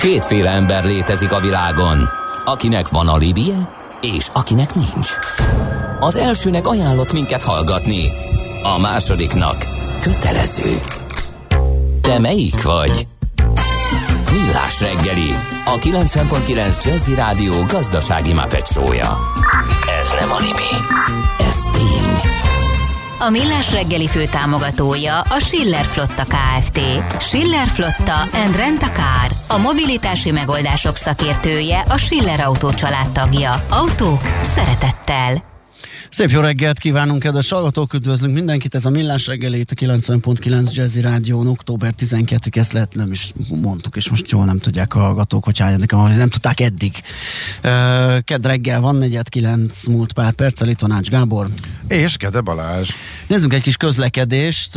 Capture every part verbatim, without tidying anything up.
Kétféle ember létezik a világon, akinek van alibije, és akinek nincs. Az elsőnek ajánlott minket hallgatni, a másodiknak kötelező. Te melyik vagy? Millás reggeli, a kilencven pont kilenc Jazzy Rádió gazdasági Muppet show-ja. Ez nem anime, ez tény. A Millás reggeli főtámogatója a Schiller Flotta Kft. Schiller Flotta and Rent a Car. A mobilitási megoldások szakértője, a Schiller Autó család tagja. Autók szeretettel. Szép jó reggelt kívánunk, kedves hallgatók, üdvözlünk mindenkit, ez a Millás reggeli, itt a kilencven pont kilenc Jazzy Rádión, október tizenkettedike, ezt lehet nem is mondtuk, és most jól nem tudják a hallgatók, hogy hányadik, nem tudták eddig. Kedd reggel van, negyed kilenc múlt pár perccel, itt van Ács Gábor. És Kede Balázs. Nézzünk egy kis közlekedést.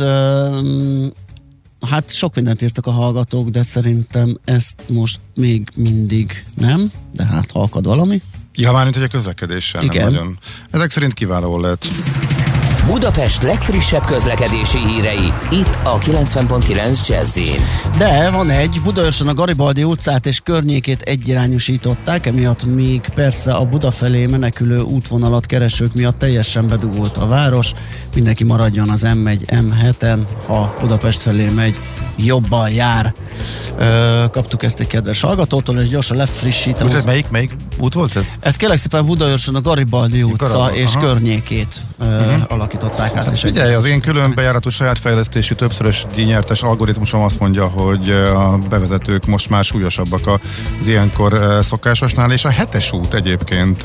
Hát sok mindent írtak a hallgatók, de szerintem ezt most még mindig nem, de hát ha akad valami. Ja, mármint, hogy a közlekedéssel igen. Nem nagyon. Ezek szerint kiváló lett. Budapest legfrissebb közlekedési hírei, itt a kilencven pont kilenc Jazzyn. De van egy, Budaörsön a Garibaldi utcát és környékét egyirányosították, emiatt még persze a Buda felé menekülő útvonalat keresők miatt teljesen bedugult a város. Mindenki maradjon az em egy em heten, ha Budapest felé megy, jobban jár. Ö, kaptuk ezt egy kedves hallgatótól, és gyorsan lefrissítem. Ez melyik, melyik út volt ez? Ez kérlek szépen Budaörsön a Garibaldi utca Garabal, és aha. környékét ö, uh-huh. alakították át. Hát és figyelj, az én külön bejáratú saját fejlesztésű többszörös díjnyertes algoritmusom azt mondja, hogy a bevezetők most már súlyosabbak az ilyenkor szokásosnál, és a hetes út egyébként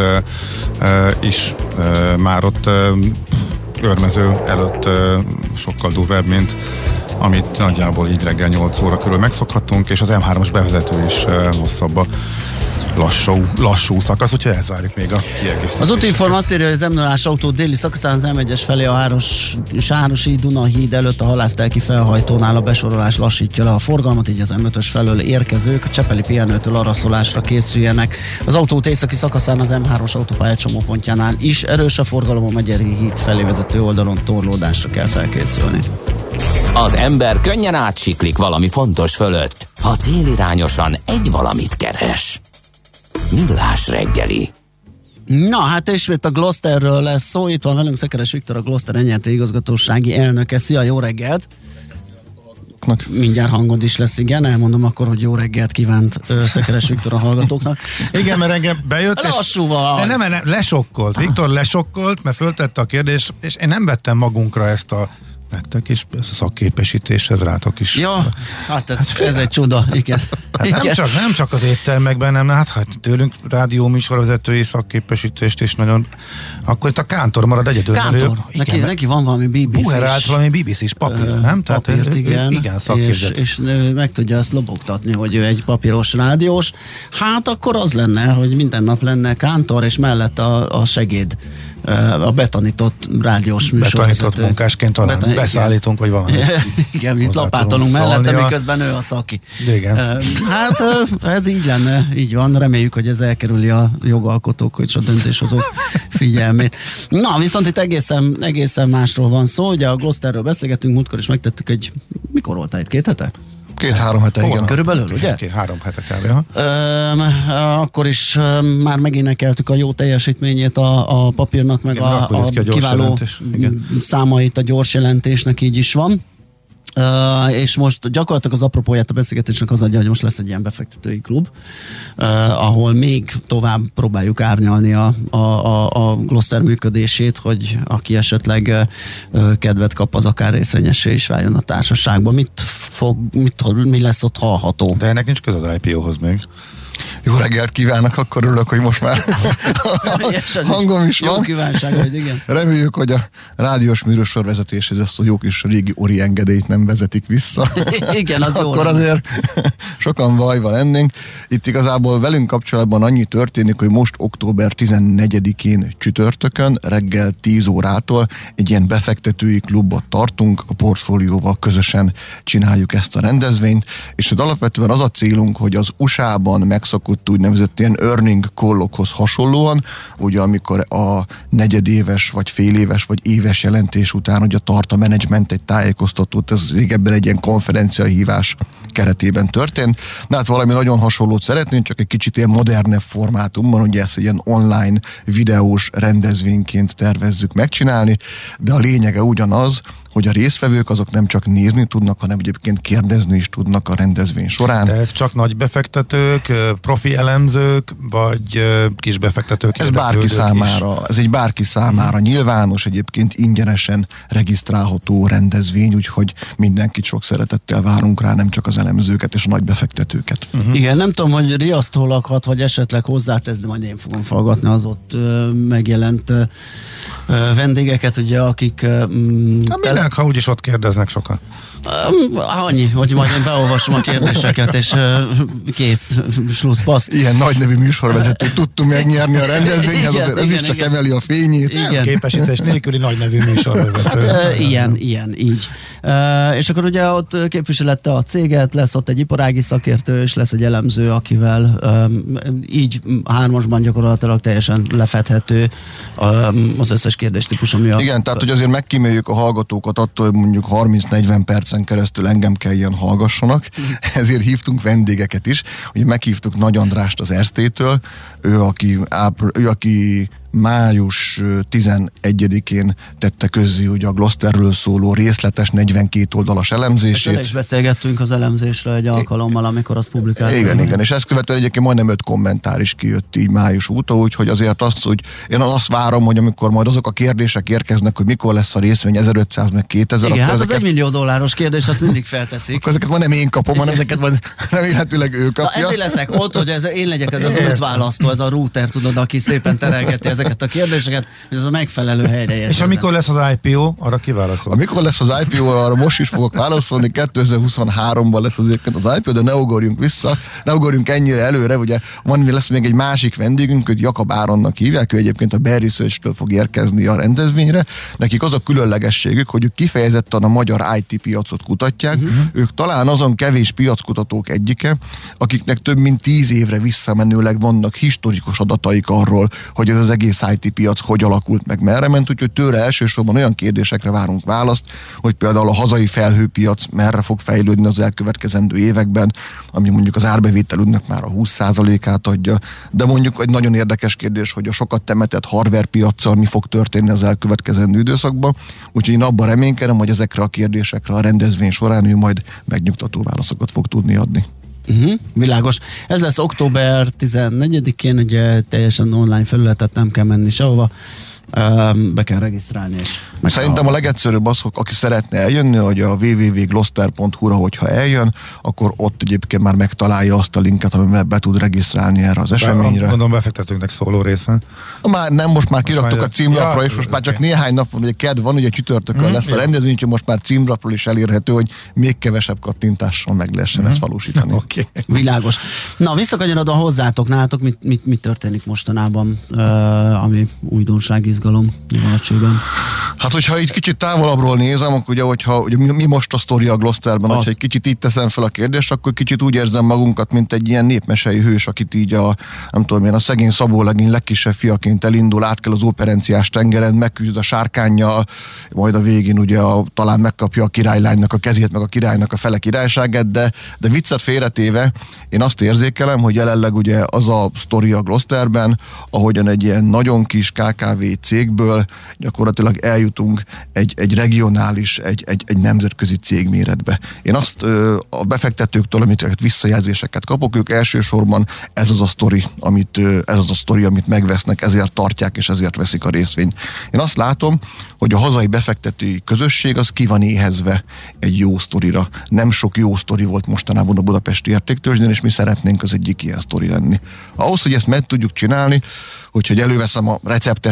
is már ott Őrmező előtt sokkal durvább, mint amit nagyjából így reggel nyolc óra körül megszokhattunk, és az em hármas bevezető is hosszabb a lassú, lassú szakasz, úgyhogy elzárjuk még a kiegészítést. Az útinform azt írja, hogy az em nullás autó déli szakaszán az em egyes felé a Háros, Sárosi Duna híd előtt a Halásztelki felhajtónál a besorolás lassítja le a forgalmat, így az em ötös felől érkezők a Csepeli pihenőtől araszolásra készüljenek. Az autóút északi szakaszán az em hármas autópálya csomópontjánál is erős a forgalom, a Megyeri híd felé vezető oldalon torlódásra kell felkészülni. Az ember könnyen átsiklik valami fontos fölött, ha célirányosan egy valamit keres. Millás reggeli. Na, hát ismét a Glosterről lesz szó, itt van velünk Szekeres Viktor, a Gloster en er té igazgatósági elnöke. Szia, jó reggelt! Mindjárt hangod is lesz, igen, elmondom akkor, hogy jó reggelt kívánt ö, Szekeres Viktor a hallgatóknak. Igen, mert engem bejött, és lassúval. Nem, nem, lesokkolt. Viktor lesokkolt, mert föltette a kérdést, és én nem vettem magunkra ezt a nektek is, ez a szakképesítés, ez rátok is. Ja, hát ez, hát ez egy csuda, igen. Hát igen. nem, csak, nem csak az éttermekben, nem, hát, hát tőlünk rádió műsorvezetői szakképesítést is nagyon, akkor itt a Kántor marad egyedül. Kántor, ő, neki, igen, neki van valami bé bé cés. Buherált valami bé bé cés papír, ö, nem? Tehát papírt, ő, igen, igen és, és meg tudja azt lobogtatni, hogy ő egy papíros rádiós. Hát akkor az lenne, hogy minden nap lenne Kántor, és mellett a, a segéd, a betanított rádiós műsorvezető. Betanított munkásként talán Betan- beszállítunk, vagy valami. Igen, mit lapátolunk mellette, miközben ő a szaki. Igen. Hát ez így lenne, így van. Reméljük, hogy ez elkerüli a jogalkotók és a döntéshozók figyelmét. Na, viszont itt egészen, egészen másról van szó. Ugye a Glosterről beszélgettünk, múltkor is megtettük egy, mikor voltál itt? Két hete? Két-három hete, igen. Körülbelül, ugye? Két-három hete kb. Akkor is már megénekeltük a jó teljesítményét a, a papírnak, meg igen, a, a, a kiváló számait a gyors jelentésnek, így is van. Uh, és most gyakorlatilag az apropóját a beszélgetésnek az adja, hogy most lesz egy ilyen befektetői klub, uh, ahol még tovább próbáljuk árnyalni a, a, a, a Gloster működését, hogy aki esetleg uh, kedvet kap, az akár részvényessé is váljon a társaságban. Mit fog, mit, mi lesz ott hallható? De ennek nincs köze az i pé ó-hoz még. Jó reggelt kívánok, akkor örülök, hogy most már hangom is van. Jó kívánság, hogy igen. Reméljük, hogy a rádiós műsorvezetéshez ezt a jó kis régi Ori engedélyt nem vezetik vissza. Igen, az jó. Akkor azért sokan bajban lennénk. Itt igazából velünk kapcsolatban annyi történik, hogy most október tizennegyedikén csütörtökön reggel tíz órától egy ilyen befektetői klubot tartunk, a portfólióval közösen csináljuk ezt a rendezvényt, és alapvetően az a célunk, hogy az u es á-ban megszokott szokott úgynevezett ilyen earning call-okhoz hasonlóan, ugye amikor a negyedéves, vagy féléves, vagy éves jelentés után ugye tart a menedzsment egy tájékoztatót, ez régebben egy ilyen konferenciahívás keretében történt. De hát valami nagyon hasonlót szeretnénk, csak egy kicsit ilyen modernebb formátumban, ugye ezt egy ilyen online videós rendezvényként tervezzük megcsinálni, de a lényege ugyanaz, hogy a résztvevők azok nem csak nézni tudnak, hanem egyébként kérdezni is tudnak a rendezvény során. De ez csak nagy befektetők, profi elemzők, vagy kis befektetők? Ez bárki számára, is. ez egy bárki számára hmm. nyilvános, egyébként ingyenesen regisztrálható rendezvény, úgyhogy mindenkit sok szeretettel várunk rá, nem csak az elemzőket és a nagy befektetőket. Uh-huh. Igen, nem tudom, hogy riasztólakat, vagy esetleg hozzátesz, de majd én fogom fallgatni az ott uh, megjelent uh, vendégeket, ugye, akik uh, Minek, ha úgyis ott kérdeznek sokan? Annyi, hogy majd én beolvasom a kérdéseket, és uh, kész, slusz, passz. Ilyen nagy nevű műsorvezető tudtunk megnyerni a rendezvényhez, igen, ez igen, is csak igen. emeli a fényét. Igen. Képesítés nélküli nagy nevű műsorvezető. Hát, uh, ilyen, ilyen, így. Uh, és akkor ugye ott képviselette a céget, lesz ott egy iparági szakértő, és lesz egy elemző, akivel um, így hármasban gyakorlatilag teljesen lefedhető um, az összes kérdéstípus, ami a... Igen, tehát hogy azért megkíméljük a hallgatókat attól, hogy mondjuk harminc-negyven perc keresztül engem kell ilyen hallgassanak, ezért hívtunk vendégeket is. Ugye meghívtuk Nagy Andrást az Erztétől, ő aki, ápr- ő, aki május tizenegyedikén tette közzé ugye a Glosterről szóló részletes negyvenkét oldalas elemzését. És beszélgettünk az elemzésről egy alkalommal, amikor azt publikáltam. Igen, igen, és ezt követően egyébként majdnem öt kommentár is kijött így május óta, úgyhogy azért azt, hogy én azt várom, hogy amikor majd azok a kérdések érkeznek, hogy mikor lesz a részvény ezerötszáz meg kétezer. Igen, hát ezeket, az egymillió dolláros kérdés, azt mindig felteszik. Akkor ezeket majd nem én kapom, hanem ezeket majd remélhetőleg ő kapja. Na, ezért leszek ott, hogy ez, én legyek ez az útválasztó, ez a router, tudod, aki szépen terelgeti ezeket a kérdéseket, hogy ez a megfelelő helyre érkezzen. És amikor lesz az i pé o, arra kiválaszol? Amikor lesz az i pé o, arra most is fogok válaszolni, kétezer-huszonháromban lesz azért az i pé o, de ne ugorjunk vissza, ne ugorjunk ennyire előre, ugye van, lesz még egy másik vendégünk, őt Jakab Áronnak hívják, ő egyébként a Bear Research-től fog érkezni a rendezvényre. Nekik az a különlegességük, hogy ők kifejezetten a magyar i té piacot kutatják, uh-huh. ők talán azon kevés piackutatók egyike, akiknek több mint tíz évre visszamenőleg vannak historikus adataik arról, hogy ez az egész i té piac hogy alakult meg, merre ment, úgyhogy tőle elsősorban olyan kérdésekre várunk választ, hogy például a hazai felhőpiac merre fog fejlődni az elkövetkezendő években, ami mondjuk az árbevételünknek már a húsz százalékát adja, de mondjuk egy nagyon érdekes kérdés, hogy a sokat temetett hardware piaccal mi fog történni az elkövetkezendő időszakban, úgyhogy én abban reménykedem, hogy ezekre a kérdésekre a rendezvény során ő majd megnyugtató válaszokat fog tudni adni. Uh-huh, világos. Ez lesz október tizennegyedikén, ugye teljesen online felületet, nem kell menni sehova. Be kell regisztrálni. És Szerintem a legegyszerűbb az, aki szeretne eljönni, hogy a double-u double-u double-u pont gloster pont hu-ra, hogyha eljön, akkor ott egyébként már megtalálja azt a linket, amivel be tud regisztrálni erre az eseményre. Mondom, befektetőnknek szóló részen. Már nem, most már kiraktuk most a címlapra, ja, és most már csak okay. néhány nap van, ugye kedv van, ugye csütörtökön mm, lesz a rendezvény, úgyhogy most már címlapról is elérhető, hogy még kevesebb kattintással meg lehessen mm. ezt valósítani. Okay. Világos. Na, visszakanyarodva hozzátok, nálatok, mit, mit, mit történik mostanában, uh, ami újdonság, izgalom a csőben? Hát, hogyha egy kicsit távolabbról nézem, akkor ugye, hogyha ugye mi, mi most a sztori a Glosterben, hogyha egy kicsit így teszem fel a kérdést, akkor kicsit úgy érzem magunkat, mint egy ilyen népmesei hős, akit így a, nem tudom én, a szegény Szabó legény legkisebb fiaként elindul, át kell az operenciás tengeren, megküzd a sárkánnyal, majd a végén ugye a, talán megkapja a királylánynak a kezét, meg a királynak a fele királyságát, de, de viccet félretéve, én azt érzékelem, hogy jelenleg ugye az a sztori a Glosterben, ahogyan egy ilyen nagyon kis ká ká vé cégből gyakorlatilag eljutunk egy, egy regionális, egy, egy, egy nemzetközi cégméretbe. Én azt ö, a befektetőktől, amit visszajelzéseket kapok, ők elsősorban ez az a sztori, amit, ö, ez az a sztori, amit megvesznek, ezért tartják és ezért veszik a részvényt. Én azt látom, hogy a hazai befektetői közösség az ki van éhezve egy jó sztorira. Nem sok jó sztori volt mostanában a budapesti értéktőzsdén, és mi szeretnénk az egyik ilyen sztori lenni. Ahhoz, hogy ezt meg tudjuk csinálni, úgyhogy előveszem a receptes könyvet,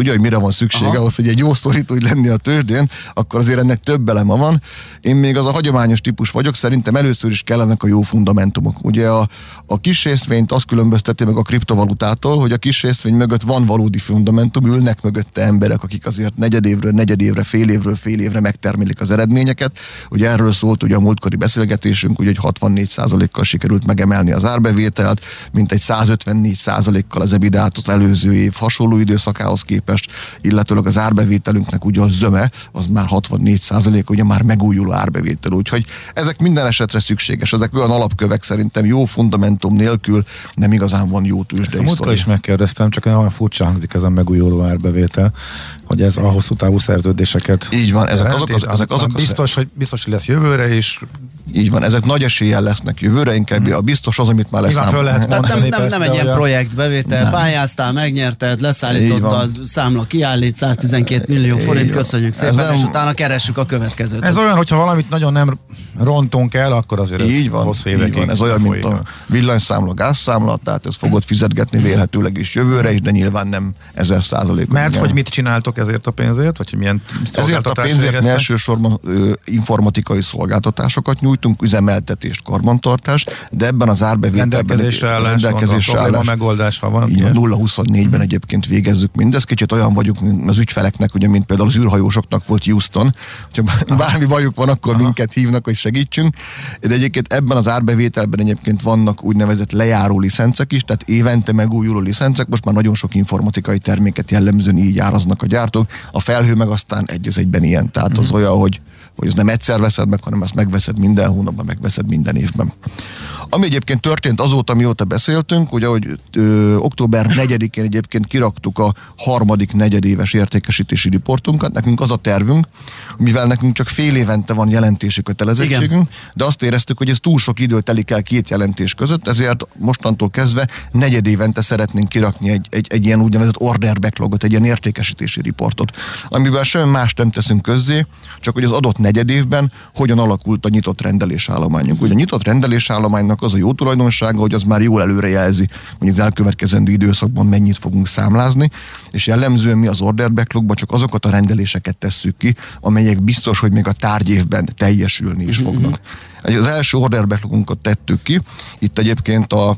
tudja, hogy mire van szüksége Aha. ahhoz, hogy egy jó sztori tud lenni a tőzsdén, akkor azért ennek több eleme van. Én még az a hagyományos típus vagyok, szerintem először is kellenek a jó fundamentumok. Ugye a, a kis részvényt azt különbözteti meg a kriptovalutától, hogy a kis részvény mögött van valódi fundamentum, ülnek mögötte emberek, akik azért negyedévről negyedévre, fél évről fél évre megtermelik az eredményeket. Ugye erről szólt ugye a múltkori beszélgetésünk, ugye, hogy hatvannégy százalékkal sikerült megemelni az árbevételt, mint egy százötvennégy százalékkal az ebidát az előző év hasonló időszakához képest, illetőleg az árbevételünknek ugye a zöme, az már hatvannégy százalék, ugye már megújuló árbevétel. Úgyhogy ezek minden esetre szükséges. Ezek olyan alapkövek szerintem jó fundamentum nélkül nem igazán van jó tőzsdei. Múltkor is megkérdeztem, csak olyan furcsa hangzik ez a megújuló árbevétel, hogy ez a hosszú távú szerződéseket. Így van, ezek azok, az, ezek azok biztos, hogy biztos, hogy lesz jövőre is. Így van, ezek nagy eséllyel lesznek jövőre, inkább hmm. a biztos az, amit már lesz. Föl lehet mondani, nem, nem, nem egy ilyen projektbevétel, nem. Pályáztál, megnyerted, leszállítod a számla, kiállít száztizenkét millió forint, köszönjük szépen, nem, és utána keressük a következőt. Ez olyan, hogyha valamit nagyon nem rontunk el, akkor azért így van, hosszú évekig. Van, ez olyan, mint a villanyszámla, gázszámla, tehát ezt fogod fizetgetni vélhetőleg is jövőre is, de nyilván nem ezer százalékot. Mert hogy mit csináltok ezért a pénzért, vagy milyen ezért a pénzért elsősorban ö, informatikai szolgáltatásokat nyújtunk, üzemeltetést, karbantartást, de ebben az árbevételben rendelkezésre állás, rendelkezésre állás, megoldás, ha van. Így nulla huszonnégyben hmm. egyébként végezzük mindezt. Kicsit olyan vagyunk mint az ügyfeleknek, ugye, mint például az űrhajósoknak volt Houston, hogyha bármi bajuk van, akkor Aha. minket hívnak, hogy segítsünk. De egyébként ebben az árbevételben egyébként vannak úgynevezett lejáró licencek is, tehát évente megújuló licencek, most már nagyon sok informatikai terméket jellemzően így áraznak a gyártók. A felhő meg aztán egy az egyben ilyen, tehát az hmm. olyan, hogy hogy ez nem egyszer veszed meg, hanem ezt megveszed minden hónapban, megveszed minden évben. Ami egyébként történt azóta, mióta beszéltünk, ugye, hogy ö, október negyedikén egyébként kiraktuk a harmadik negyedéves értékesítési riportunkat. Nekünk az a tervünk, mivel nekünk csak fél évente van jelentési kötelezettségünk, Igen. de azt éreztük, hogy ez túl sok idő telik el két jelentés között, ezért mostantól kezdve negyedévente szeretnénk kirakni egy, egy, egy ilyen úgynevezett order backlogot, egy ilyen értékesítési riportot, amiben semmi más nem teszünk közzé, csak hogy az adott negyed évben hogyan alakult a nyitott rendelésállományunk. Ugye a nyitott rendelésállománynak az a jó tulajdonsága, hogy az már jól előrejelzi, hogy az elkövetkezendő időszakban mennyit fogunk számlázni, és jellemzően mi az order backlogban csak azokat a rendeléseket tesszük ki, amelyek biztos, hogy még a tárgyévben teljesülni is fognak. Az első order backlogunkat tettük ki, itt egyébként a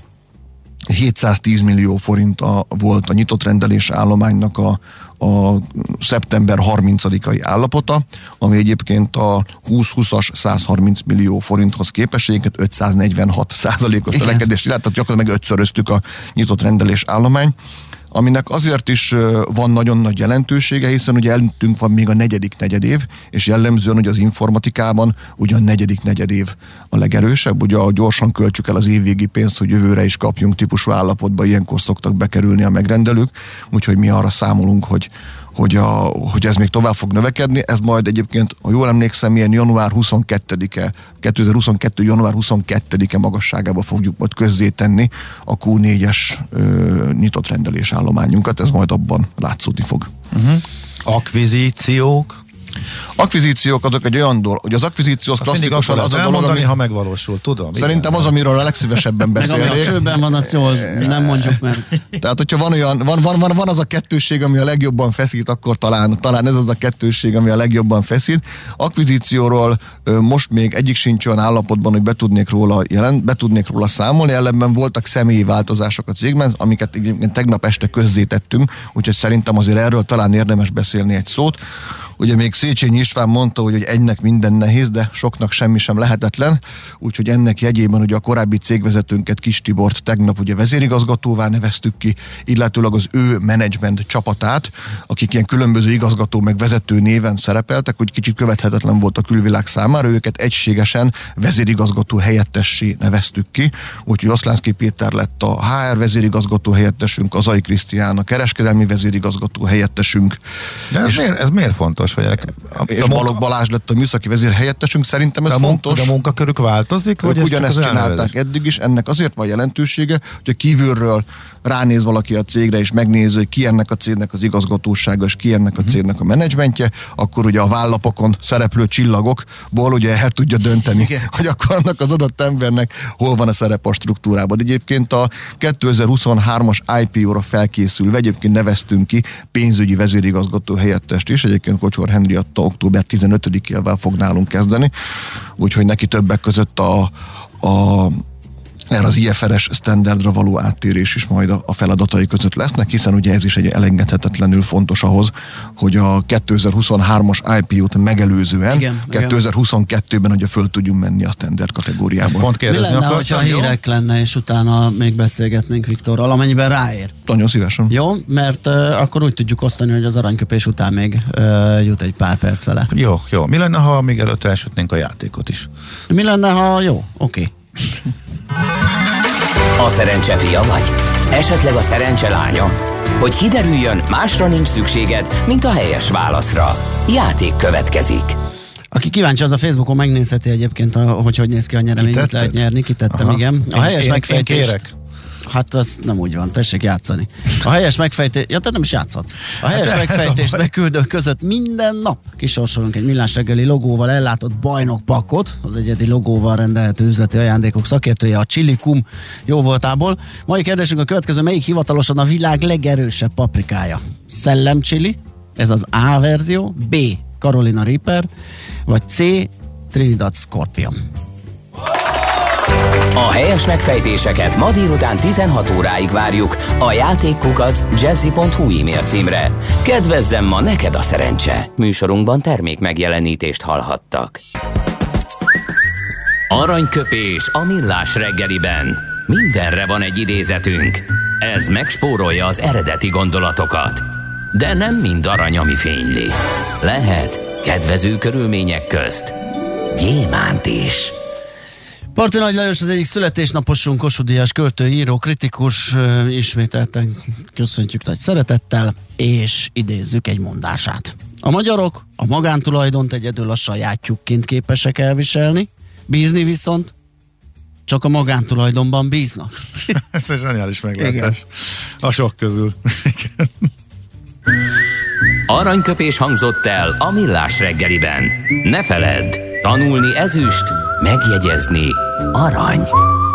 hétszáztíz millió forint a, volt a nyitott rendelés állománynak a, a szeptember harmincadikai állapota, ami egyébként a húsz húszas százharminc millió forinthoz képest egyébként ötszáznegyvenhat százalékos növekedést, illetve gyakorlatilag meg ötszöröztük a nyitott rendelés állomány, aminek azért is van nagyon nagy jelentősége, hiszen ugye előttünk van még a negyedik negyedév, és jellemzően, hogy az informatikában ugye a negyedik negyedév a legerősebb, ugye a gyorsan költsük el az évvégi pénzt, hogy jövőre is kapjunk típusú állapotba, ilyenkor szoktak bekerülni a megrendelők, úgyhogy mi arra számolunk, hogy Hogy, a, hogy ez még tovább fog növekedni. Ez majd egyébként, ha jól emlékszem, ilyen január huszonkettedike, kétezer-huszonkettő január huszonkettedike magasságába fogjuk majd közzétenni a kú négyes ö, nyitott rendelésállományunkat, ez majd abban látszódni fog. Uh-huh. Akvizíciók? Akvizíciók azok egy olyan dolog, hogy az akvizíció az klasszikusan az a dolog, ami... ha megvalósul, tudom. Szerintem az, amiről a legszívesebben beszélnék. Meg ami a csőben van, azt jól nem mondjuk, mert... Tehát, hogyha van olyan, van, van, van, van az a kettősség, ami a legjobban feszít, akkor talán, talán ez az a kettősség, ami a legjobban feszít. Akvizícióról most még egyik sincs olyan állapotban, hogy be tudnék róla, jelent, be tudnék róla számolni, ellenben voltak személyi változások a cégben, amiket tegnap este közzétettünk, úgyhogy szerintem azért erről talán érdemes beszélni egy szót. Ugye még Széchenyi István mondta, hogy egynek minden nehéz, de soknak semmi sem lehetetlen, úgyhogy ennek jegyében ugye a korábbi cégvezetőnket, Kis Tibort tegnap ugye vezérigazgatóvá neveztük ki, illetőleg az ő menedzsment csapatát, akik ilyen különböző igazgató meg vezető néven szerepeltek, hogy kicsit követhetetlen volt a külvilág számára, őket egységesen vezérigazgató helyettessé neveztük ki, úgyhogy Oszlánszky Péter lett a há er vezérigazgató helyettesünk, Azai Krisztián a kereskedelmi vezérigazgató helyettesünk. De ez, és miért, ez miért fontos? fontos? Vagy a, a, és a Balogh Balázs lett a műszaki vezér helyettesünk, szerintem ez a fontos. De a munkakörük változik? Ők ugyanezt csinálták elnevezés? Eddig is, ennek azért van jelentősége, hogy a kívülről ránéz valaki a cégre, és megnézi, hogy ki ennek a cégnek az igazgatósága, és ki ennek a cégnek a menedzsmentje, akkor ugye a vállapokon szereplő csillagokból ugye el tudja dönteni, igen, hogy akkor annak az adott embernek hol van a szerep a struktúrában. Egyébként a kétezer-huszonhármas i pé ó-ra felkészülve egyébként neveztünk ki pénzügyi vezérigazgató helyettest is, egyébként Kocsor Henry adta október tizenötödikével fog nálunk kezdeni, úgyhogy neki többek között a, a erre az i ef er es standardra való áttérés is majd a feladatai között lesznek, hiszen ugye ez is egy elengedhetetlenül fontos ahhoz, hogy a kétezer-huszonhármas i pé ó-t megelőzően igen, kétezer-huszonkettőben ugye föl tudjunk menni a standard kategóriába. Pont Mi lenne, hogyha hírek lenne, és utána még beszélgetnénk Viktorral, amennyiben ráér? Nagyon szívesen. Jó, mert uh, akkor úgy tudjuk osztani, hogy az aranyköpés után még uh, jut egy pár perc vele. Jó, jó. Mi lenne, ha még előtt elsütnénk a játékot is? Mi lenne, ha jó? Oké. Okay. A szerencse fia vagy? Esetleg a szerencse lánya? Hogy kiderüljön, másra nincs szükséged, mint a helyes válaszra. Játék következik. Aki kíváncsi, az a Facebookon megnézheti egyébként, hogy hogy néz ki a nyeremény, mit lehet nyerni. Kitettem, aha, igen. A helyes én, megfejtést... Én kérek. Hát az nem úgy van, tessék játszani. A helyes megfejtés, ja, te nem is játszhatsz. A helyes hát megfejtést beküldők között minden nap kisorsolunk egy Millás reggeli logóval ellátott bajnokpakot, az egyedi logóval rendelhető üzleti ajándékok szakértője a Chilikum jóvoltából. Mai kérdésünk a következő: melyik hivatalosan a világ legerősebb paprikája? Szellem chili, ez az A verzió, B. Carolina Reaper, vagy C. Trinidad Scorpion. A helyes megfejtéseket ma délután tizenhat óráig várjuk a játékkukac jazzy pont hu e-mail címre. Kedvezzem ma neked a szerencse! Műsorunkban termék megjelenítést hallhattak. Aranyköpés a millás reggeliben. Mindenre van egy idézetünk. Ez megspórolja az eredeti gondolatokat. De nem mind arany, ami fényli. Lehet kedvező körülmények közt gyémánt is. Parti Nagy Lajos az egyik születésnaposunk, Kossuth Díjas költő, író, kritikus, ismételten köszöntjük nagy szeretettel, és idézzük egy mondását. A magyarok a magántulajdont egyedül a sajátjukként képesek elviselni, bízni viszont csak a magántulajdonban bíznak. Ez egy zseniális meglátás. A sok közül. Igen. Aranyköpés hangzott el a millás reggeliben. Ne feledd, tanulni ezüst, megjegyezni arany.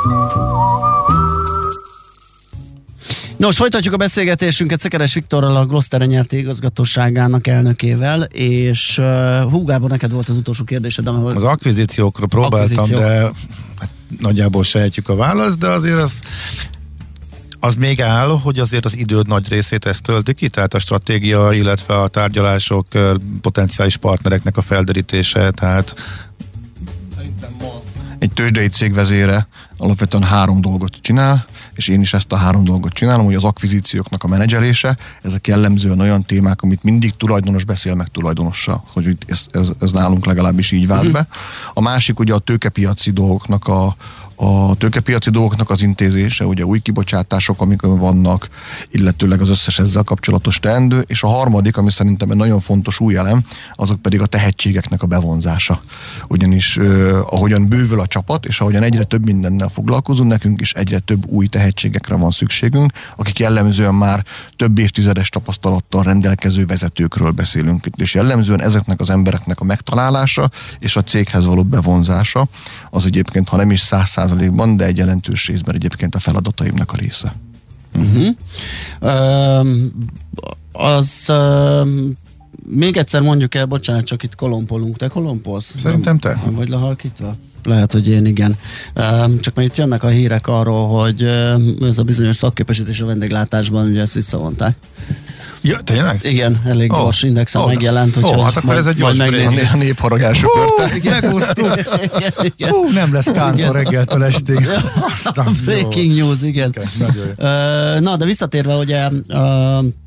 Nos, folytatjuk a beszélgetésünket Szekeres Viktorral, a Gloster nyerti igazgatóságának elnökével, és uh, hú, Gábor, neked volt az utolsó kérdésed. Ahol az akvizíciókra próbáltam, akvizíció. de nagyjából sejtjük a választ, de azért az Az még áll, hogy azért az időd nagy részét ezt tölti ki, tehát a stratégia, illetve a tárgyalások, potenciális partnereknek a felderítése, tehát szerintem ma egy tőzsdei cég vezére alapvetően három dolgot csinál, és én is ezt a három dolgot csinálom, hogy az akvizícióknak a menedzselése, ezek jellemzően olyan témák, amit mindig tulajdonos beszél meg tulajdonossal, hogy ez, ez, ez nálunk legalábbis így vált be. A másik ugye a tőkepiaci dolgoknak a A tőkepiaci dolgoknak az intézése, ugye új kibocsátások, amik vannak, illetőleg az összes ezzel kapcsolatos teendő, és a harmadik, ami szerintem egy nagyon fontos új elem, azok pedig a tehetségeknek a bevonzása. Ugyanis eh, ahogyan bővül a csapat, és ahogyan egyre több mindennel foglalkozunk, nekünk is egyre több új tehetségekre van szükségünk, akik jellemzően már több évtizedes tapasztalattal rendelkező vezetőkről beszélünk, és jellemzően ezeknek az embereknek a megtalálása és a céghez való bevonzása, az egyébként, ha nem is száz százalékban, de egy jelentős részben egyébként a feladataimnak a része. Uh-huh. Um, az um, még egyszer mondjuk el, bocsánat, csak itt kolompolunk. Te kolompolsz? Szerintem te. Nem vagy lehalkítva? Lehet, hogy én igen. Um, csak mert itt jönnek a hírek arról, hogy um, ez a bizonyos szakképesítés a vendéglátásban, ugye ezt visszavonták. Ja, tényleg? Igen, elég oh. gyors indexen oh, megjelent, hogyha oh, hát akkor majd, ez egy gyors a népharag első körte. Hú, nem lesz Kántor reggeltől estig. Breaking news, igen. Okay, uh, na, de visszatérve, ugye uh,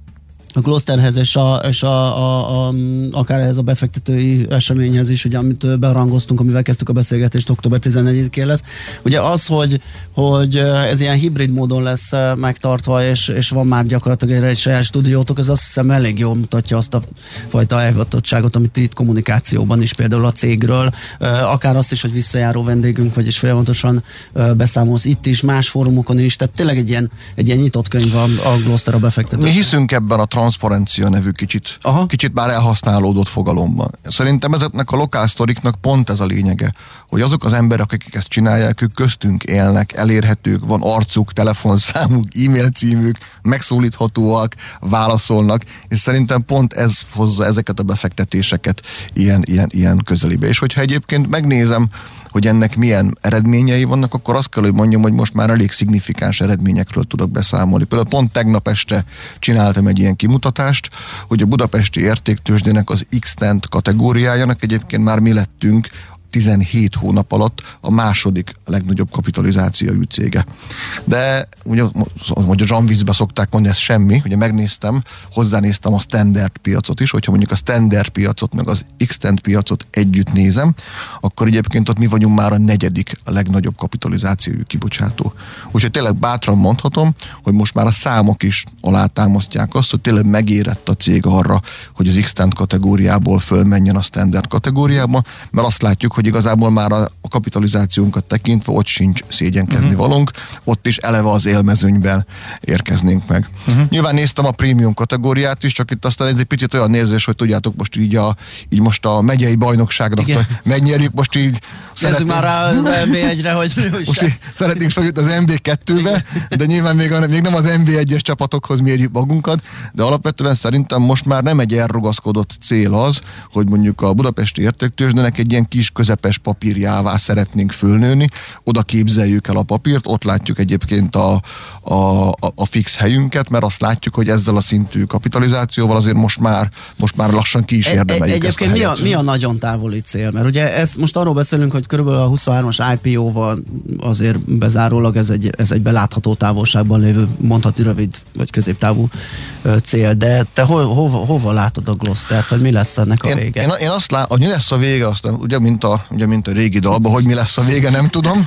a Glosterhez és, a, és a, a, a, akár ez a befektetői eseményhez is, ugye, amit berangoztunk, amivel kezdtük a beszélgetést, október tizennegyedikén lesz. Ugye az, hogy, hogy ez ilyen hibrid módon lesz megtartva, és, és van már gyakorlatilag egy saját stúdiótok, ez azt hiszem elég jól mutatja azt a fajta elhivatottságot, amit itt kommunikációban is például a cégről, akár azt is, hogy visszajáró vendégünk, vagyis folyamatosan beszámolsz itt is, más fórumokon is, tehát tényleg egy ilyen, egy ilyen nyitott könyv a, a Gloster a befektető. Mi hiszünk ebben a transzparencia nevű kicsit, kicsit már elhasználódott fogalomban. Szerintem ezeknek a lokálsztoriknak pont ez a lényege, hogy azok az emberek, akik ezt csinálják, ők köztünk élnek, elérhetők, van arcuk, telefonszámuk, e-mail címük, megszólíthatóak, válaszolnak, és szerintem pont ez hozza ezeket a befektetéseket ilyen, ilyen, ilyen közelébe. És hogyha egyébként megnézem, hogy ennek milyen eredményei vannak, akkor azt kell, hogy mondjam, hogy most már elég szignifikáns eredményekről tudok beszámolni. Például pont tegnap este csináltam egy ilyen kimutatást, hogy a budapesti értéktőzsdének az X-Tent kategóriájának egyébként már mi lettünk tizenhét hónap alatt a második legnagyobb kapitalizációjú cége. De ugye, ugye a zsamviccbe szokták mondani, ez semmi, ugye megnéztem, hozzánéztem a standard piacot is, hogyha mondjuk a standard piacot meg az X-Tent piacot együtt nézem, akkor egyébként ott mi vagyunk már a negyedik a legnagyobb kapitalizációjú kibocsátó. Úgyhogy tényleg bátran mondhatom, hogy most már a számok is alátámasztják azt, hogy tényleg megérett a cég arra, hogy az X-Tent kategóriából fölmenjen a standard kategóriába, mert azt látjuk, hogy igazából már a, a kapitalizációnkat tekintve ott sincs szégyenkezni uh-huh. valónk, ott is eleve az élmezőnyben érkeznénk meg. Uh-huh. Nyilván néztem a prémium kategóriát is, csak itt aztán ez egy picit olyan érzés, hogy tudjátok most így, a, így most a megyei bajnokságnak megnyerjük, most így szeretnénk már rá az en bé egyre, hogy most így szeretnénk feljutni az en bé kettőbe, de nyilván még, a, még nem az en bé egyes csapatokhoz mérjük magunkat, de alapvetően szerintem most már nem egy elrugaszkodott cél az, hogy mondjuk a budapesti értéktőzsdének egy ilyen kis közepes papírjává szeretnénk fölnőni, oda képzeljük el a papírt, ott látjuk egyébként a, a, a fix helyünket, mert azt látjuk, hogy ezzel a szintű kapitalizációval azért most már, most már lassan ki is érdemeljük. Egyébként mi a, mi a nagyon távoli cél? Mert ugye ezt most arról beszélünk, hogy körülbelül a huszonhármas i pé ó-val azért bezárólag ez egy, ez egy belátható távolságban lévő, mondhatni rövid vagy középtávú cél, de te ho, hova, hova látod a Glostert, vagy mi lesz ennek a én, vége? Én, én azt látom, hogy mi lesz a vége, aztán ugye mint a, ugye, mint a régi dalban, hogy mi lesz a vége, nem tudom,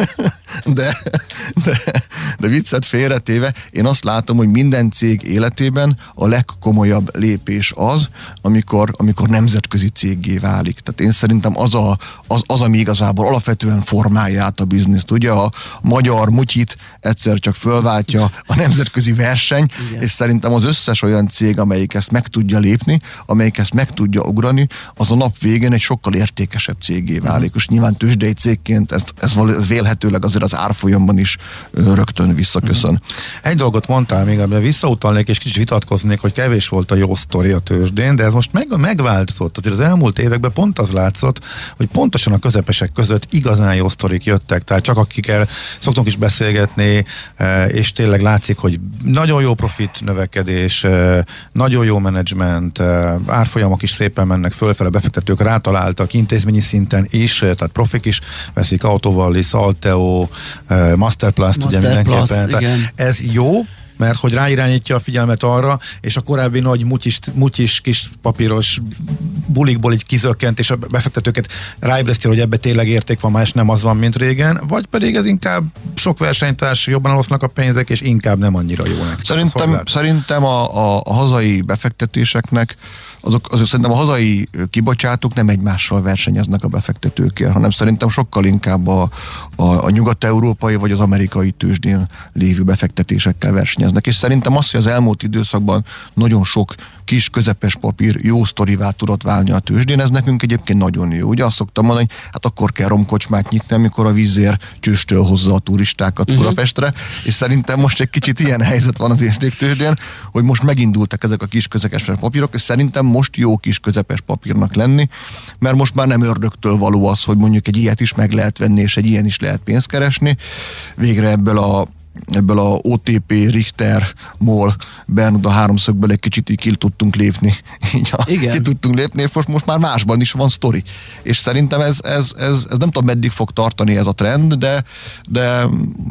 de, de, de viccet félretéve, én azt látom, hogy minden cég életében a legkomolyabb lépés az, amikor, amikor nemzetközi céggé válik. Tehát én szerintem az, a, az, az ami igazából alapvetően formálja át a bizniszt. Ugye a magyar mutyit egyszer csak fölváltja a nemzetközi verseny, igen. És szerintem az összes olyan cég, amelyik ezt meg tudja lépni, amelyik ezt meg tudja ugrani, az a nap végén egy sokkal értékesebb cégé válik. És nyilván tőzsdei cégként ez, ez, ez vélhetőleg azért az árfolyamban is rögtön visszaköszön. Egy dolgot mondtál még, amiben visszautalnék és kicsit vitatkoznék, hogy kevés volt a jó sztori a tőzsdén, de ez most meg, megváltozott. Azért az elmúlt években pont az látszott, hogy pontosan a közepesek között igazán jó sztorik jöttek, tehát csak akikkel szoktunk is beszélgetni, és tényleg látszik, hogy nagyon jó profit növekedés, nagyon jó menedzsment, árfolyamok is szépen mennek fölfele, befektetők rátaláltak intézményi szinten is, tehát profik is veszik, Autovallis, Salteo, Masterplast, ugye mindenképpen. Tehát ez jó, mert hogy ráirányítja a figyelmet arra, és a korábbi nagy mutyis, mutyis kis papíros bulikból így kizökkent, és a befektetőket ráébreszti, hogy ebbe tényleg érték van, más nem az van, mint régen, vagy pedig ez inkább sok versenytárs, jobban elosznak a pénzek, és inkább nem annyira jó nekik. Szerintem, szerintem a, a, a hazai befektetéseknek azok, azok szerintem a hazai kibocsátók nem egymással versenyeznek a befektetőkért, hanem szerintem sokkal inkább a, a, a nyugat-európai vagy az amerikai tőzsdén lévő befektetésekkel versenyeznek. És szerintem az, hogy az elmúlt időszakban nagyon sok kis, közepes papír jó sztorivá tudott válni a tőzsdén, ez nekünk egyébként nagyon jó. Ugye azt szoktam mondani, hogy hát akkor kell romkocsmát nyitni, amikor a vízér csőstől hozza a turistákat uh-huh. Budapestre, és szerintem most egy kicsit ilyen helyzet van az értéktőzsdén, hogy most megindultak ezek a kis közepes papírok, és szerintem most jó kis közepes papírnak lenni, mert most már nem ördögtől való az, hogy mondjuk egy ilyet is meg lehet venni, és egy ilyen is lehet pénzt keresni. Végre ebből a ebből a o té pé, Richter, MOL, Bermuda háromszögből egy kicsit így ki tudtunk lépni. Így a, ki tudtunk lépni, és most, most már másban is van sztori. És szerintem ez, ez, ez, ez nem tudom, meddig fog tartani ez a trend, de, de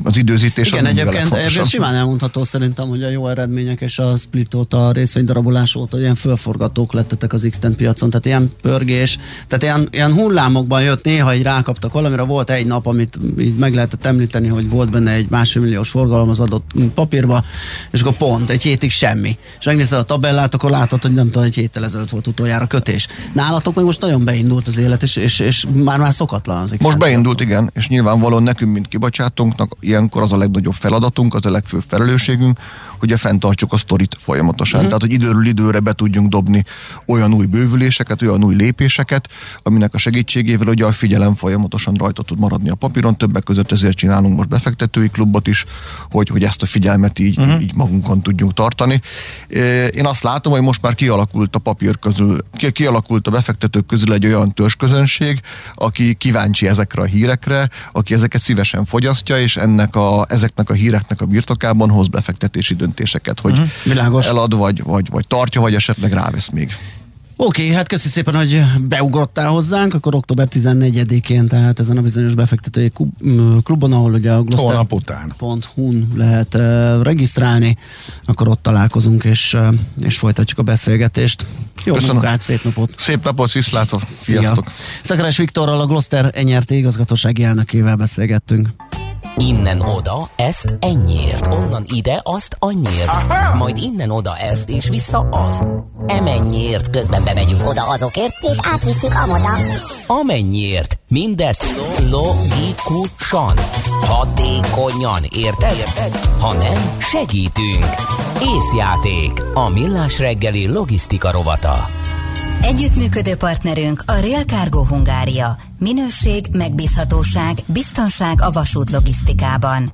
az időzítés. Igen, egyébként, egyébként simán elmondható szerintem, hogy a jó eredmények és a split óta, részvénydarabolás óta ilyen fölforgatók lettetek az X-Tent piacon, tehát ilyen pörgés, tehát ilyen, ilyen hullámokban jött, néha így rákaptak valamire, volt egy nap, amit így meg lehetett említeni, hogy volt benne egy másfél milliós forgalom az adott papírba, és akkor pont, egy hétig semmi. És megnézted a tabellát, akkor látod, hogy nem tudom, egy héttel ezelőtt volt utoljára kötés. Nálatok meg most nagyon beindult az élet, és, és, és már már szokatlan az X-Tent. Most beindult, igen, és nyilvánvalóan nekünk, mint kibocsátónknak, ilyenkor az a legnagyobb feladatunk, az a legfőbb felelősségünk, hogy fenntartsuk a sztorit folyamatosan. Mm-hmm. Tehát, hogy időről időre be tudjunk dobni olyan új bővüléseket, olyan új lépéseket, aminek a segítségével ugye a figyelem folyamatosan rajta tud maradni a papíron. Többek között ezért csinálunk most befektetői klubot is, hogy, hogy ezt a figyelmet így, mm-hmm. így magunkon tudjuk tartani. Én azt látom, hogy most már kialakult a papír közül, kialakult a befektetők közül egy olyan törzsközönség, aki kíváncsi ezekre a hírekre, aki ezeket szívesen fogyasztja, és ennek a, ezeknek a híreknek a birtokában hoz befektetési döntéseket, hogy uh-huh. elad, vagy, vagy, vagy tartja, vagy esetleg rávesz még. Oké, okay, hát köszi szépen, hogy beugrottál hozzánk, akkor október tizennegyedikén, tehát ezen a bizonyos befektetői klubon, ahol ugye a gloster pont hu-n lehet uh, regisztrálni, akkor ott találkozunk, és, uh, és folytatjuk a beszélgetést. Jó Köszönöm. Munkát, szép napot! Szép napot, viszlátok! Sziasztok! Szekeres Viktorral, a Gloster en er té igazgatósági elnökével beszélgettünk. Innen oda, ezt ennyiért, onnan ide, azt annyiért, aha! Majd innen oda ezt, és vissza azt. Emennyiért, közben bemegyünk oda azokért, és átvisszük amoda. Amennyiért, mindezt logikusan, hatékonyan, érted? érted? Ha nem, segítünk. Észjáték, a Millás reggeli logisztika rovata. Együttműködő partnerünk a Rail Cargo Hungária. Minőség, megbízhatóság, biztonság a vasút logisztikában.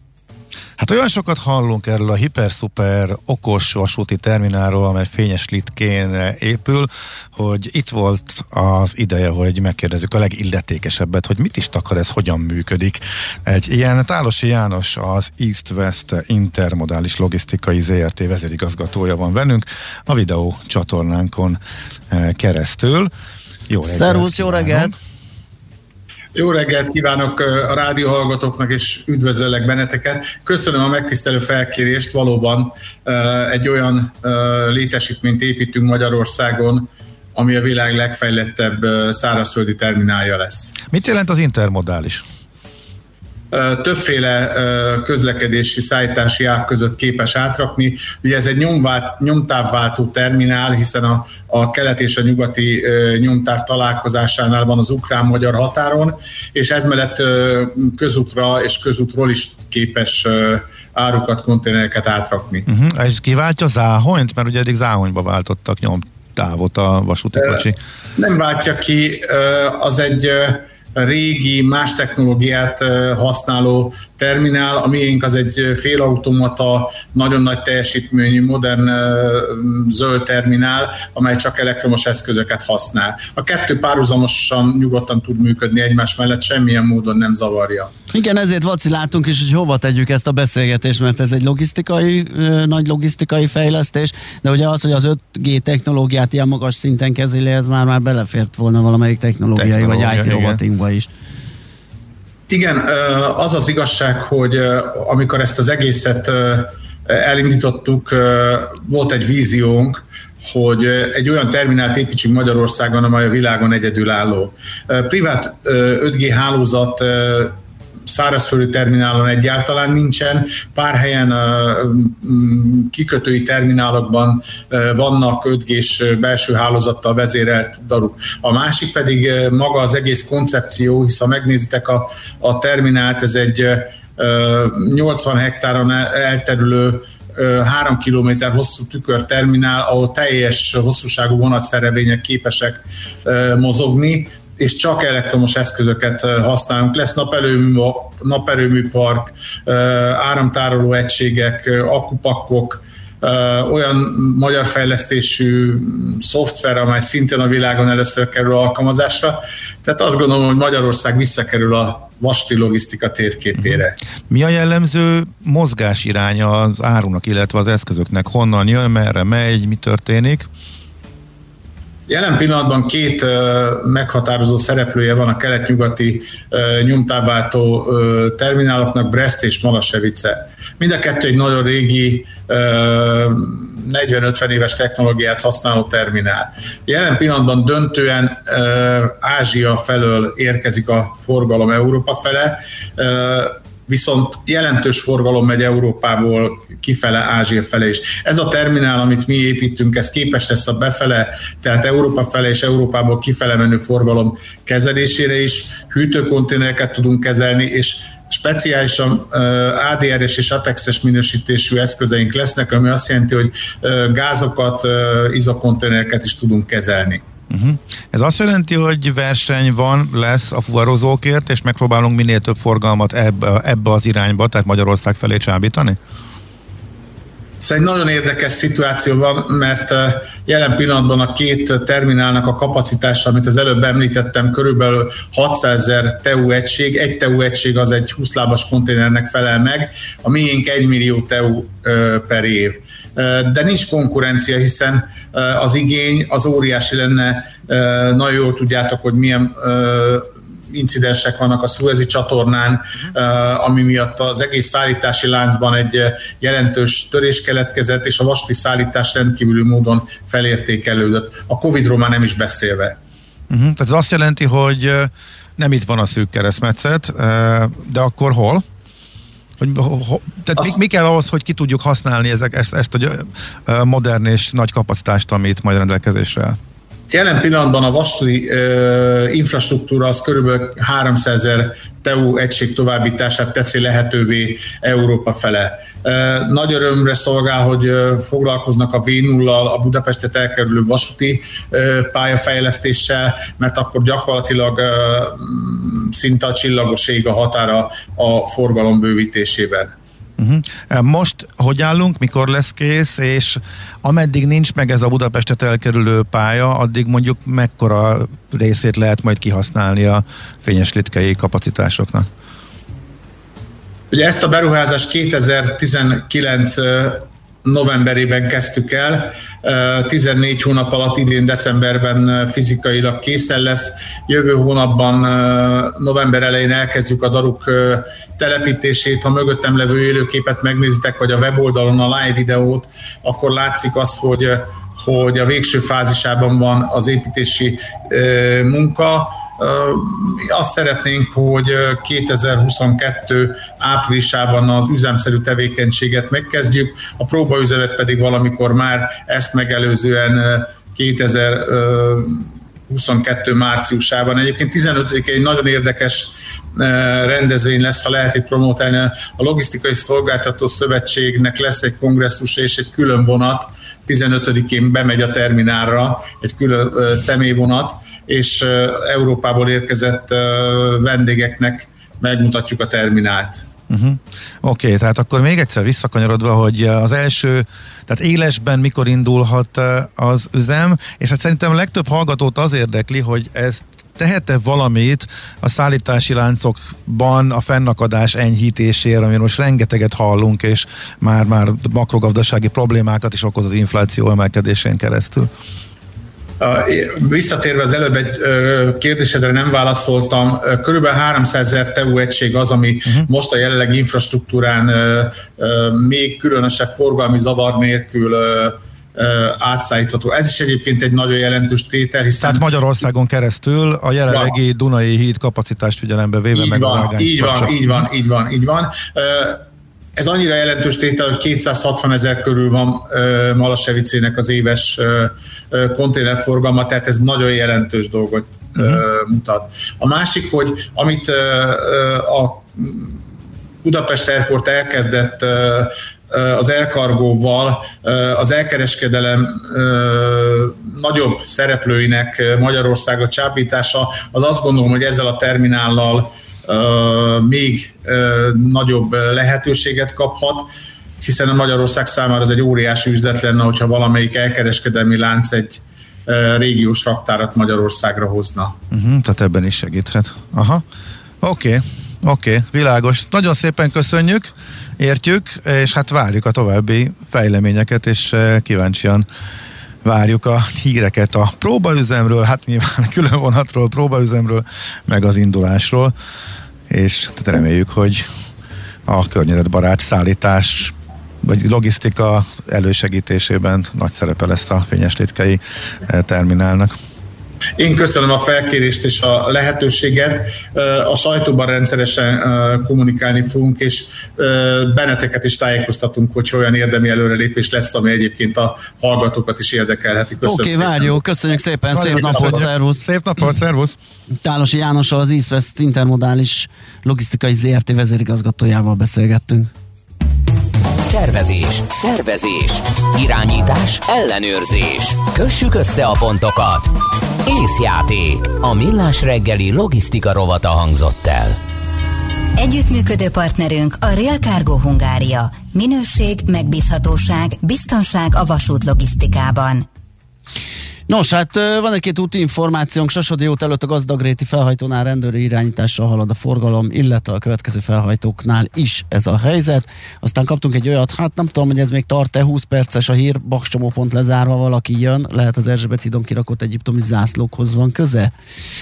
Hát olyan sokat hallunk erről a hiper-szuper okos vasúti terminálról, amely fényes litkén épül, hogy itt volt az ideje, hogy megkérdezzük a legilletékesebbet, hogy mit is takar ez, hogyan működik. Egy ilyen Tálosi János, az East-West Intermodális Logisztikai zé er té vezérigazgatója van velünk a videó csatornánkon keresztül. Jó reggelt! Szervusz, jó reggelt! Jó reggelt kívánok a rádióhallgatóknak, és üdvözöllek benneteket. Köszönöm a megtisztelő felkérést, valóban egy olyan létesítményt építünk Magyarországon, ami a világ legfejlettebb szárazföldi terminálja lesz. Mit jelent az intermodális? Többféle közlekedési, szállítási ág között képes átrakni. Ugye ez egy nyomvált, nyomtávváltó terminál, hiszen a, a kelet és a nyugati nyomtáv találkozásánál van az ukrán-magyar határon, és ez mellett közútra és közútról is képes árukat, konténereket átrakni. Uh-huh. És kiváltja Záhonyt? Mert ugye eddig Záhonyba váltottak nyomtávot a vasúti kocsi. Nem váltja ki, az egy régi, más technológiát használó terminál, a miénk az egy félautomata, nagyon nagy teljesítményű, modern zöld terminál, amely csak elektromos eszközöket használ. A kettő párhuzamosan nyugodtan tud működni egymás mellett, semmilyen módon nem zavarja. Igen, ezért vaciláltunk is, hogy hova tegyük ezt a beszélgetést, mert ez egy logisztikai, nagy logisztikai fejlesztés, de ugye az, hogy az öt gé technológiát ilyen magas szinten kezeli, ez már, már belefért volna valamelyik technológiai vagy i té robotinkba is. Igen, az az igazság, hogy amikor ezt az egészet elindítottuk, volt egy víziónk, hogy egy olyan terminált építsünk Magyarországon, amely a világon egyedülálló. Privát öt gé hálózat szárazföldi terminálon egyáltalán nincsen, pár helyen kikötői terminálokban vannak öt gés belső hálózattal vezérelt daruk. A másik pedig maga az egész koncepció, hisz ha megnézitek a, a terminált, ez egy nyolcvan hektáron elterülő három kilométer hosszú tükörterminál, ahol teljes hosszúságú vonatszerelvények képesek mozogni, és csak elektromos eszközöket használunk. Lesz naperőmű, naperőműpark, áramtároló egységek, akupakkok, olyan magyar fejlesztésű szoftver, amely szintén a világon először kerül alkalmazásra. Tehát azt gondolom, hogy Magyarország visszakerül a vasúti logisztika térképére. Mi a jellemző mozgás iránya az árunak, illetve az eszközöknek? Honnan jön, merre megy, mi történik? Jelen pillanatban két uh, meghatározó szereplője van a kelet-nyugati uh, nyomtávváltó uh, termináloknak, Brest és Malasevice. Mind a kettő egy nagyon régi, uh, negyven-ötven éves technológiát használó terminál. Jelen pillanatban döntően uh, Ázsia felől érkezik a forgalom Európa fele, uh, viszont jelentős forgalom megy Európából kifele, Ázsia fele is. Ez a terminál, amit mi építünk, ez képes lesz a befele, tehát Európa fele és Európából kifele menő forgalom kezelésére is. Hűtőkonténereket tudunk kezelni, és speciálisan á dé er-es és atexes minősítésű eszközeink lesznek, ami azt jelenti, hogy gázokat, izokonténereket is tudunk kezelni. Uh-huh. Ez azt jelenti, hogy verseny van, lesz a fuvarozókért, és megpróbálunk minél több forgalmat ebbe, ebbe az irányba, tehát Magyarország felé csábítani? Ez egy nagyon érdekes szituáció van, mert jelen pillanatban a két terminálnak a kapacitása, amit az előbb említettem, körülbelül hatszázezer té u egység. Egy té u egység az egy húsz lábas konténernek felel meg, a miénk egy millió té u per év. De nincs konkurencia, hiszen az igény az óriási lenne, nagyon jól tudjátok, hogy milyen incidensek vannak a Szuezi csatornán, ami miatt az egész szállítási láncban egy jelentős törés keletkezett, és a vasúti szállítás rendkívüli módon felértékelődött. A Covidról már nem is beszélve. Uh-huh. Tehát ez azt jelenti, hogy nem itt van a szűk keresztmetszet, de akkor hol? Hogy, ho, tehát mi, mi kell ahhoz, hogy ki tudjuk használni ezek, ezt, ezt a modern és nagy kapacitást, amit majd rendelkezésre áll? Jelen pillanatban a vasúti uh, infrastruktúra az körülbelül háromszázezer té u egység továbbítását teszi lehetővé Európa fele. Uh, nagy örömre szolgál, hogy uh, foglalkoznak a vé nullal, a Budapestet elkerülő vasúti uh, pályafejlesztéssel, mert akkor gyakorlatilag uh, szinte a csillagos ég a határa a forgalom bővítésében. Uh-huh. Most hogy állunk, mikor lesz kész, és ameddig nincs meg ez a Budapestet elkerülő pálya, addig mondjuk mekkora részét lehet majd kihasználni a fényes-litkei kapacitásoknak? Ugye ezt a beruházást kétezer-tizenkilenc novemberében kezdtük el, tizennégy hónap alatt idén decemberben fizikailag készen lesz. Jövő hónapban november elején elkezdjük a daruk telepítését. Ha mögöttem levő élőképet megnézitek, vagy a weboldalon a live videót, akkor látszik az, hogy, hogy a végső fázisában van az építési munka. Azt szeretnénk, hogy kétezer-huszonkettő áprilisában az üzemszerű tevékenységet megkezdjük, a próbaüzemet pedig valamikor már ezt megelőzően kétezer-huszonkettő márciusában. Egyébként tizenötödikén egy nagyon érdekes rendezvény lesz, ha lehet itt promotálni. A Logisztikai Szolgáltató Szövetségnek lesz egy kongresszus és egy külön vonat, tizenötödikén bemegy a terminálra egy külön személyvonat, és Európából érkezett vendégeknek megmutatjuk a terminált. Uh-huh. Oké, okay, tehát akkor még egyszer visszakanyarodva, hogy az első, tehát élesben mikor indulhat az üzem, és hát szerintem a legtöbb hallgatót az érdekli, hogy ez tehet-e valamit a szállítási láncokban a fennakadás enyhítésére, amiről most rengeteget hallunk, és már-már makrogazdasági problémákat is okoz az infláció emelkedésén keresztül? Visszatérve az előbb egy kérdésedre nem válaszoltam, körülbelül háromszázezer té u egység az, ami uh-huh. most a jelenlegi infrastruktúrán még különösebb forgalmi zavar nélkül átszállítható. Ez is egyébként egy nagyon jelentős tétel, hiszen... Tehát Magyarországon keresztül a jelenlegi van. Dunai híd kapacitást figyelembe véve így meg van, a vágány. Így van, így van, így van, így van. Ez annyira jelentős tétel, hogy kétszázhatvanezer körül van Malasevicének az éves konténerforgalma, tehát ez nagyon jelentős dolgot uh-huh. mutat. A másik, hogy amit a Budapest Airport elkezdett az elkargóval, az elkereskedelem nagyobb szereplőinek Magyarországra csábítása, az azt gondolom, hogy ezzel a terminállal még nagyobb lehetőséget kaphat, hiszen a Magyarország számára ez egy óriási üzlet lenne, hogyha valamelyik elkereskedelmi lánc egy régiós raktárat Magyarországra hozna. Uh-huh, tehát ebben is segíthet. Aha. Oké, okay. oké, okay. Világos. Nagyon szépen köszönjük, értjük, és hát várjuk a további fejleményeket, és kíváncsian várjuk a híreket a próbaüzemről, hát nyilván külön vonatról, próbaüzemről, meg az indulásról, és tehát reméljük, hogy a környezetbarát szállítás vagy logisztika elősegítésében nagy szerepe lesz a Fényeslétkei terminálnak. Én köszönöm a felkérést és a lehetőséget. A sajtóban rendszeresen kommunikálni fogunk, és benneteket is tájékoztatunk, hogy olyan érdemi előrelépés lesz, ami egyébként a hallgatókat is érdekelheti. Oké, okay, várjuk, köszönjük szépen, szép napot, szervusz! Szép napot, szervusz! Tálosi Jánossal, az East West Intermodális Logisztikai zé er té vezérigazgatójával beszélgettünk. Tervezés, szervezés, irányítás, ellenőrzés. Kössük össze a pontokat. Észjáték. A Millás reggeli logisztika rovata hangzott el. Együttműködő partnerünk a Rail Cargo Hungária. Minőség, megbízhatóság, biztonság a vasút logisztikában. Nos, hát van egy-két úti információnk. Sasodi út előtt a Gazdagréti felhajtónál rendőri irányítással halad a forgalom, illetve a következő felhajtóknál is ez a helyzet. Aztán kaptunk egy olyat, hát nem tudom, hogy ez még tart-e, húsz perces a hír, Bakscsomópont lezárva, valaki jön, lehet az Erzsébet hídon kirakott egyiptomi zászlókhoz van köze.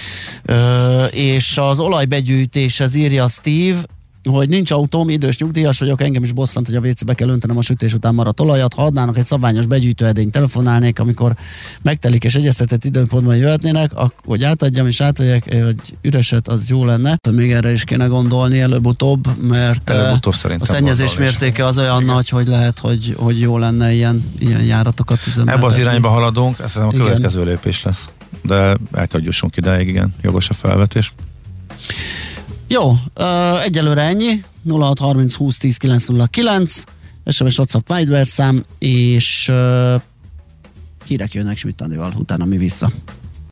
Ö, és az olajbegyűjtéshez írja Steve, hogy nincs autóm, idős nyugdíjas vagyok, engem is bosszant, hogy a vécébe kell öntenem a sütés után maradt olajat. Ha adnának egy szabványos begyűjtőedényt, telefonálnék, amikor megtelik és egyeztetett időpontban jöhetnének, hogy átadjam és átvegyek, hogy üreset, az jó lenne. De még erre is kéne gondolni előbb-utóbb, mert előbb-utóbb a szennyezés mértéke az olyan igen. nagy, hogy lehet, hogy, hogy jó lenne ilyen, ilyen járatokat üzemeltetni. Ebben az irányba haladunk, ez a következő lépés lesz. De el kell jussunk ideig, igen, jogos a felvetés. Jó, uh, egyelőre ennyi, nulla hat harminc húsz tíz kilenc nulla kilenc, es em es, WhatsApp, Viber szám, és uh, hírek jönnek Schmidt Andival, utána mi vissza.